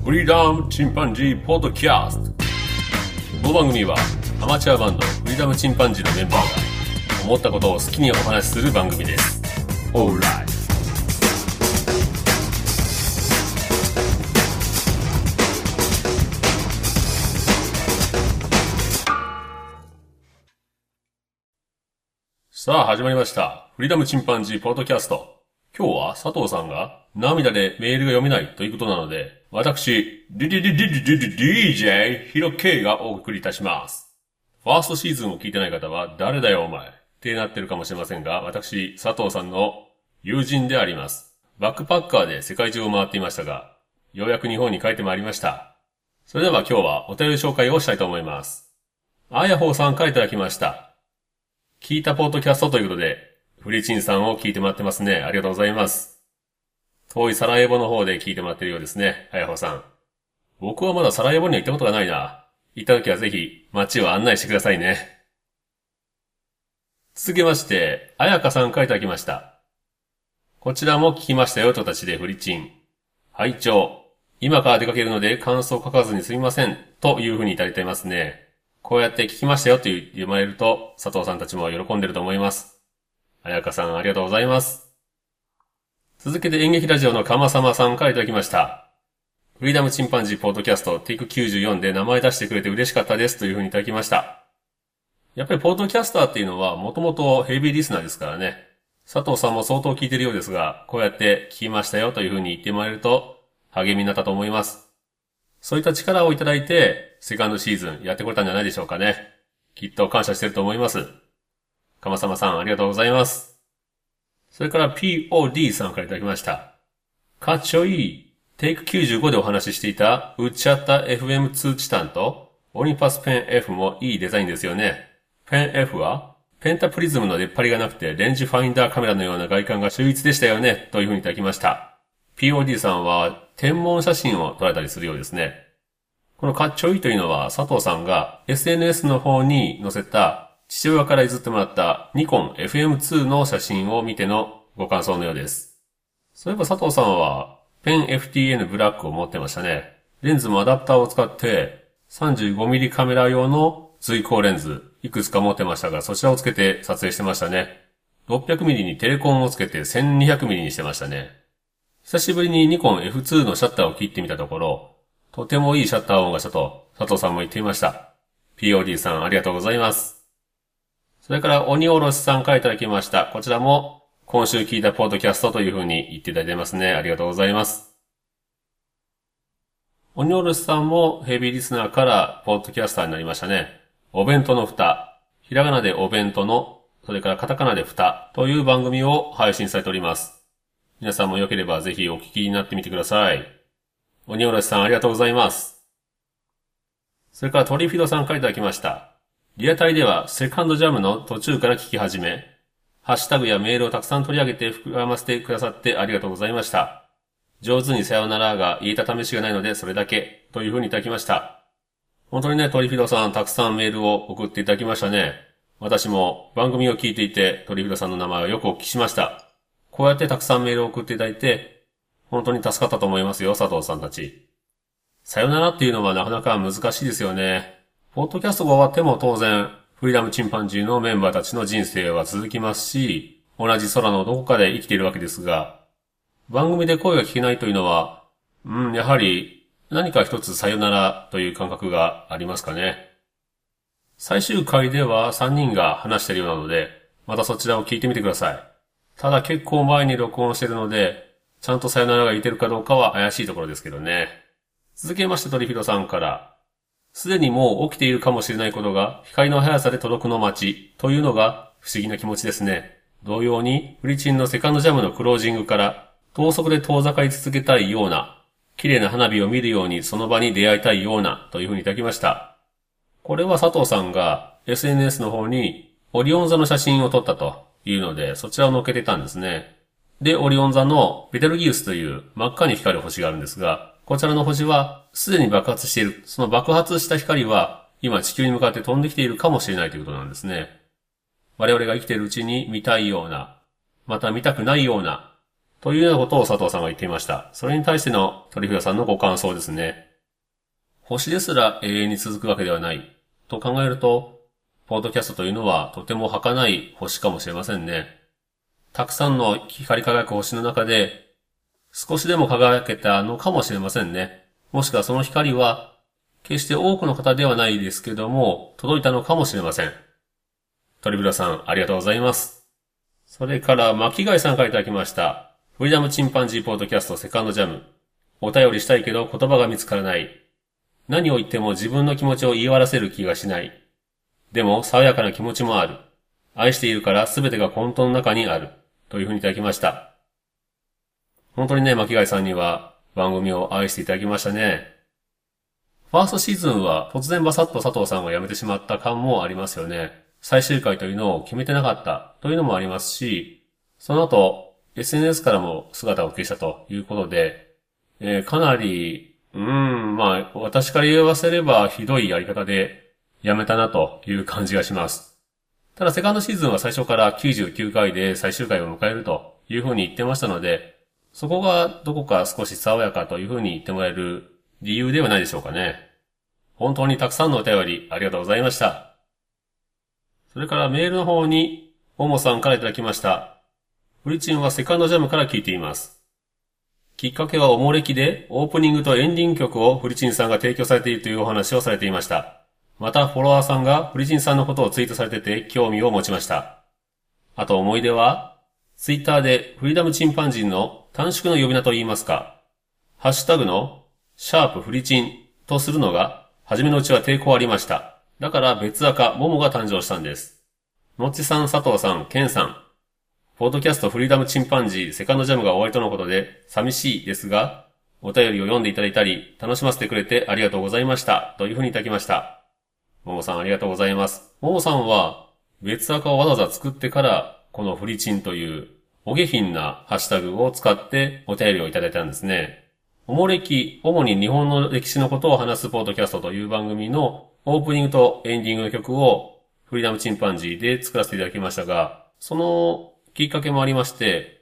フリーダムチンパンジーポッドキャスト。この番組はアマチュアバンドフリーダムチンパンジーのメンバーが思ったことを好きにお話しする番組です。オーライ。さあ始まりました。フリーダムチンパンジーポッドキャスト。今日は佐藤さんが涙でメールが読めないということなので、私、DJ ヒロ K がお送りいたします。ファーストシーズンを聞いてない方は誰だよお前ってなってるかもしれませんが、私、佐藤さんの友人であります。バックパッカーで世界中を回っていましたが、ようやく日本に帰ってまいりました。それでは今日はお便り紹介をしたいと思います。あやほうさんからいただきました。聞いたポッドキャストということで、フリチンさんを聞いてもらってますね。ありがとうございます。遠いサラエボの方で聞いてもらってるようですね。あやほさん。僕はまだサラエボには行ったことがないな。行った時はぜひ街を案内してくださいね。続けまして、あやかさんからいただきました。こちらも聞きましたよと形でフリチン。拝聴。今から出かけるので感想書かずにすみません。というふうにいただいていますね。こうやって聞きましたよと言われると、佐藤さんたちも喜んでると思います。あやかさんありがとうございます。続けて演劇ラジオのかまさまさんからいただきました。フリーダムチンパンジーポッドキャストテイク94で名前出してくれて嬉しかったですというふうにいただきました。やっぱりポッドキャスターっていうのはもともとヘビーリスナーですからね。佐藤さんも相当聞いてるようですが、こうやって聞きましたよというふうに言ってもらえると励みになったと思います。そういった力をいただいてセカンドシーズンやってこれたんじゃないでしょうかね。きっと感謝してると思います。かまさまさんありがとうございます。それから POD さんからいただきました。かっちょいい。テイク95でお話ししていたウッチャッタ FM2 チタンとオニパスペン F もいいデザインですよね。ペン F はペンタプリズムの出っ張りがなくてレンジファインダーカメラのような外観が秀逸でしたよね。というふうにいただきました。POD さんは天文写真を撮られたりするようですね。このかっちょいいというのは佐藤さんが SNS の方に載せた父親から譲ってもらったニコン FM2 の写真を見てのご感想のようです。そういえば佐藤さんはペン FTN ブラックを持ってましたね。レンズもアダプターを使って 35mm カメラ用の随光レンズいくつか持ってましたが、そちらをつけて撮影してましたね。600mm にテレコンをつけて 1200mm にしてましたね。久しぶりにニコン F2 のシャッターを切ってみたところ、とてもいいシャッター音がしたと佐藤さんも言っていました。POD さんありがとうございます。それから鬼おろしさんからいただきました。こちらも今週聞いたポッドキャストという風に言っていただいてますね。ありがとうございます。鬼おろしさんもヘビーリスナーからポッドキャスターになりましたね。お弁当の蓋。ひらがなでお弁当の、それからカタカナで蓋という番組を配信されております。皆さんもよければぜひお聞きになってみてください。鬼おろしさんありがとうございます。それからトリフィドさんからいただきました。リアタイではセカンドジャムの途中から聞き始め、ハッシュタグやメールをたくさん取り上げて膨らませてくださってありがとうございました。上手にさよならが言えた試しがないのでそれだけというふうにいただきました。本当にね、トリフィドさんたくさんメールを送っていただきましたね。私も番組を聞いていてトリフィドさんの名前をよくお聞きしました。こうやってたくさんメールを送っていただいて、本当に助かったと思いますよ、佐藤さんたち。さよならっていうのはなかなか難しいですよね。ポッドキャストが終わっても当然、フリーダムチンパンジーのメンバーたちの人生は続きますし、同じ空のどこかで生きているわけですが、番組で声が聞けないというのは、やはり何か一つさよならという感覚がありますかね。最終回では3人が話しているようなので、またそちらを聞いてみてください。ただ結構前に録音しているので、ちゃんとさよならが言ってるかどうかは怪しいところですけどね。続けましてトリフィドさんから、すでにもう起きているかもしれないことが光の速さで届くの待ちというのが不思議な気持ちですね。同様にフリチンのセカンドジャムのクロージングから等速で遠ざかり続けたいような、綺麗な花火を見るようにその場に出会いたいようなというふうにいただきました。これは佐藤さんが SNS の方にオリオン座の写真を撮ったというのでそちらを載っけてたんですね。で、オリオン座のベテルギウスという真っ赤に光る星があるんですが、こちらの星はすでに爆発している。その爆発した光は今地球に向かって飛んできているかもしれないということなんですね。我々が生きているうちに見たいような、また見たくないような、 というようなことを佐藤さんが言っていました。それに対しての鳥広さんのご感想ですね。星ですら永遠に続くわけではないと考えると、ポッドキャストというのはとても儚い星かもしれませんね。たくさんの光り輝く星の中で少しでも輝けたのかもしれませんね。もしくはその光は決して多くの方ではないですけども届いたのかもしれません。鳥広さんありがとうございます。それから巻貝さんからいただきました。フリーダムチンパンジーポッドキャストセカンドジャム。お便りしたいけど言葉が見つからない。何を言っても自分の気持ちを言い終わらせる気がしない。でも爽やかな気持ちもある。愛しているから全てが混沌の中にある。というふうにいただきました。本当にね、巻貝さんには番組を愛していただきましたね。ファーストシーズンは突然バサッと佐藤さんが辞めてしまった感もありますよね。最終回というのを決めてなかったというのもありますし、その後 SNS からも姿を消したということで、かなり私から言わせればひどいやり方で辞めたなという感じがします。ただセカンドシーズンは最初から99回で最終回を迎えるというふうに言ってましたので、そこがどこか少し爽やかというふうに言ってもらえる理由ではないでしょうかね。本当にたくさんのお便りありがとうございました。それからメールの方に、ももさんからいただきました。フリチンはセカンドジャムから聞いています。きっかけはおもれきで、オープニングとエンディング曲をフリチンさんが提供されているというお話をされていました。またフォロワーさんがフリチンさんのことをツイートされてて興味を持ちました。あと思い出は、ツイッターでフリーダムチンパンジーの短縮の呼び名と言いますか、ハッシュタグのシャープフリチンとするのが、初めのうちは抵抗ありました。だから別赤、モモが誕生したんです。のっちさん、佐藤さん、ケンさん。ポッドキャストフリーダムチンパンジーセカンドジャムが終わりとのことで、寂しいですが、お便りを読んでいただいたり、楽しませてくれてありがとうございました。というふうにいただきました。ももさんありがとうございます。ももさんは、別赤をわざわざ作ってから、このフリチンという、お下品なハッシュタグを使ってお便りをいただいたんですね。おもれき、主に日本の歴史のことを話すポッドキャストという番組のオープニングとエンディングの曲をフリーダムチンパンジーで作らせていただきましたが、そのきっかけもありまして、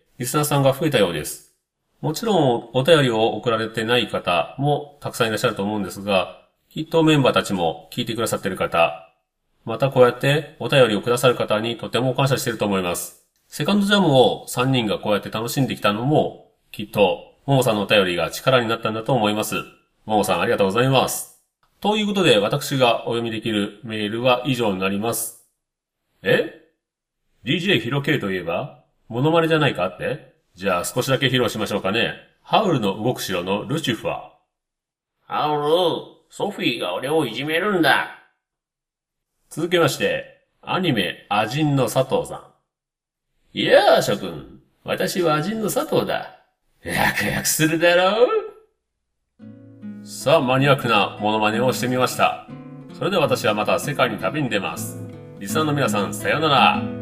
リスナーさんが増えたようです。もちろんお便りを送られてない方もたくさんいらっしゃると思うんですが、きっとメンバーたちも聞いてくださっている方、またこうやってお便りをくださる方にとても感謝していると思います。セカンドジャムを3人がこうやって楽しんできたのも、きっと、ももさんのお便りが力になったんだと思います。ももさんありがとうございます。ということで、私がお読みできるメールは以上になります。DJ ヒロ K といえば、モノマネじゃないかって？じゃあ少しだけ披露しましょうかね。ハウルの動く城のルシファー。 ハウル、ソフィーが俺をいじめるんだ。 続けまして、アニメ、アジンの佐藤さん。いやー、諸君。私はアジンの佐藤だ。ワクワクするだろう？ さあ、マニアックなモノマネをしてみました。それでは私はまた世界に旅に出ます。リスナーの皆さん、さようなら。